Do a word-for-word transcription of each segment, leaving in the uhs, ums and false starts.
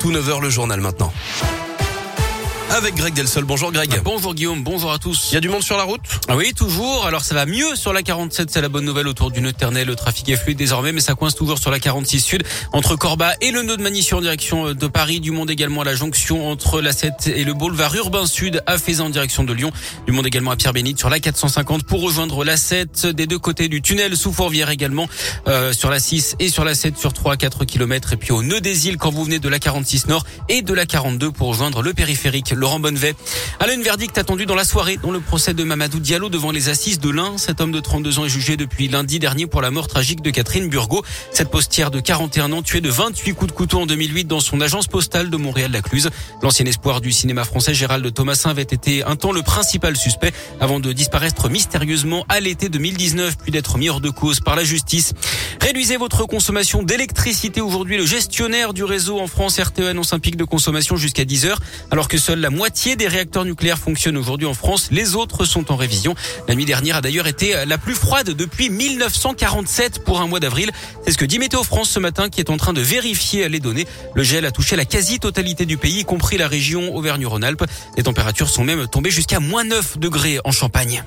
tout, neuf heures le journal maintenant. Avec Greg Delsol. Bonjour Greg. Ah, bonjour Guillaume, bonjour à tous. Il y a du monde sur la route ? Ah oui, toujours. Alors ça va mieux sur la quarante-sept, c'est la bonne nouvelle autour du nœud de Ternay. Le trafic est fluide désormais, mais ça coince toujours sur la quarante-six sud, entre Corba et le nœud de Magny en direction de Paris. Du monde également à la jonction entre la sept et le boulevard urbain sud à Faisan en direction de Lyon. Du monde également à Pierre-Bénite sur la quatre cent cinquante pour rejoindre la sept. Des deux côtés du tunnel sous Fourvière également, euh, sur la six et sur la sept sur trois à quatre kilomètres. Et puis au nœud des îles quand vous venez de la quarante-six nord et de la quarante-deux pour rejoindre le périphérique Laurent Bonnevet. Alors, une verdict attendu dans la soirée dans le procès de Mamadou Diallo devant les assises de l'Ain. Cet homme de trente-deux ans est jugé depuis lundi dernier pour la mort tragique de Catherine Burgot. Cette postière de quarante et un ans tuée de vingt-huit coups de couteau en deux mille huit dans son agence postale de Montréal-Lacluse. L'ancien espoir du cinéma français Gérald Thomasin avait été un temps le principal suspect avant de disparaître mystérieusement à l'été deux mille dix-neuf puis d'être mis hors de cause par la justice. Réduisez votre consommation d'électricité. Aujourd'hui, le gestionnaire du réseau en France, R T E, annonce un pic de consommation jusqu'à dix heures alors que seule la moitié des réacteurs nucléaires fonctionnent aujourd'hui en France. Les autres sont en révision. La nuit dernière a d'ailleurs été la plus froide depuis mille neuf cent quarante-sept pour un mois d'avril. C'est ce que dit Météo France ce matin qui est en train de vérifier les données. Le gel a touché la quasi-totalité du pays, y compris la région Auvergne-Rhône-Alpes. Les températures sont même tombées jusqu'à moins neuf degrés en Champagne.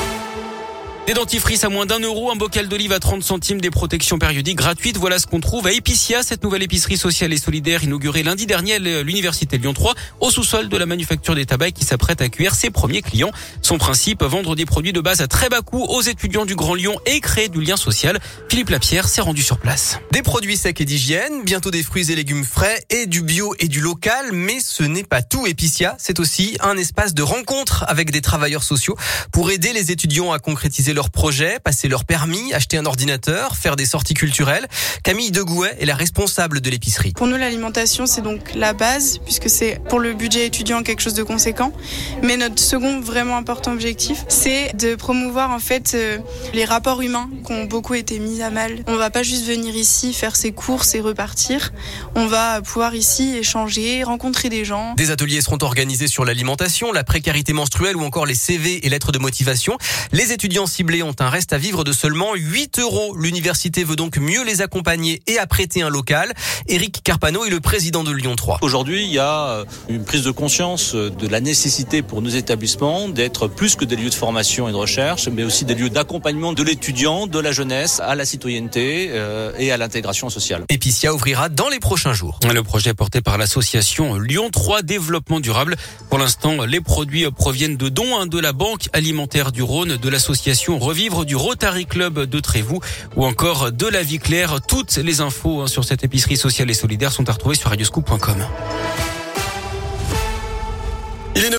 Des dentifrices à moins d'un euro, un bocal d'olive à trente centimes, des protections périodiques gratuites. Voilà ce qu'on trouve à Epicia, cette nouvelle épicerie sociale et solidaire inaugurée lundi dernier à l'université Lyon trois, au sous-sol de la manufacture des tabacs qui s'apprête à accueillir ses premiers clients. Son principe, vendre des produits de base à très bas coût aux étudiants du Grand Lyon et créer du lien social. Philippe Lapierre s'est rendu sur place. Des produits secs et d'hygiène, bientôt des fruits et légumes frais et du bio et du local. Mais ce n'est pas tout. Epicia, c'est aussi un espace de rencontre avec des travailleurs sociaux pour aider les étudiants à concrétiser leurs projets, passer leur permis, acheter un ordinateur, faire des sorties culturelles. Camille Degouet est la responsable de l'épicerie. Pour nous, l'alimentation, c'est donc la base, puisque c'est pour le budget étudiant quelque chose de conséquent. Mais notre second vraiment important objectif, c'est de promouvoir en fait euh, les rapports humains qui ont beaucoup été mis à mal. On va pas juste venir ici faire ses courses et repartir. On va pouvoir ici échanger, rencontrer des gens. Des ateliers seront organisés sur l'alimentation, la précarité menstruelle ou encore les C V et lettres de motivation. Les étudiants ciblés ont un reste à vivre de seulement huit euros. L'université veut donc mieux les accompagner et apprêter un local. Éric Carpano est le président de Lyon trois. Aujourd'hui, il y a une prise de conscience de la nécessité pour nos établissements d'être plus que des lieux de formation et de recherche, mais aussi des lieux d'accompagnement de l'étudiant, de la jeunesse, à la citoyenneté euh, et à l'intégration sociale. Epicia ouvrira dans les prochains jours. Le projet est porté par l'association Lyon trois Développement Durable. Pour l'instant, les produits proviennent de dons hein, de la Banque Alimentaire du Rhône, de l'association Revivre, du Rotary Club de Trévoux ou encore de la Vie Claire. Toutes les infos hein, sur cette épicerie sociale et solidaire sont à retrouver sur radioscoop point com.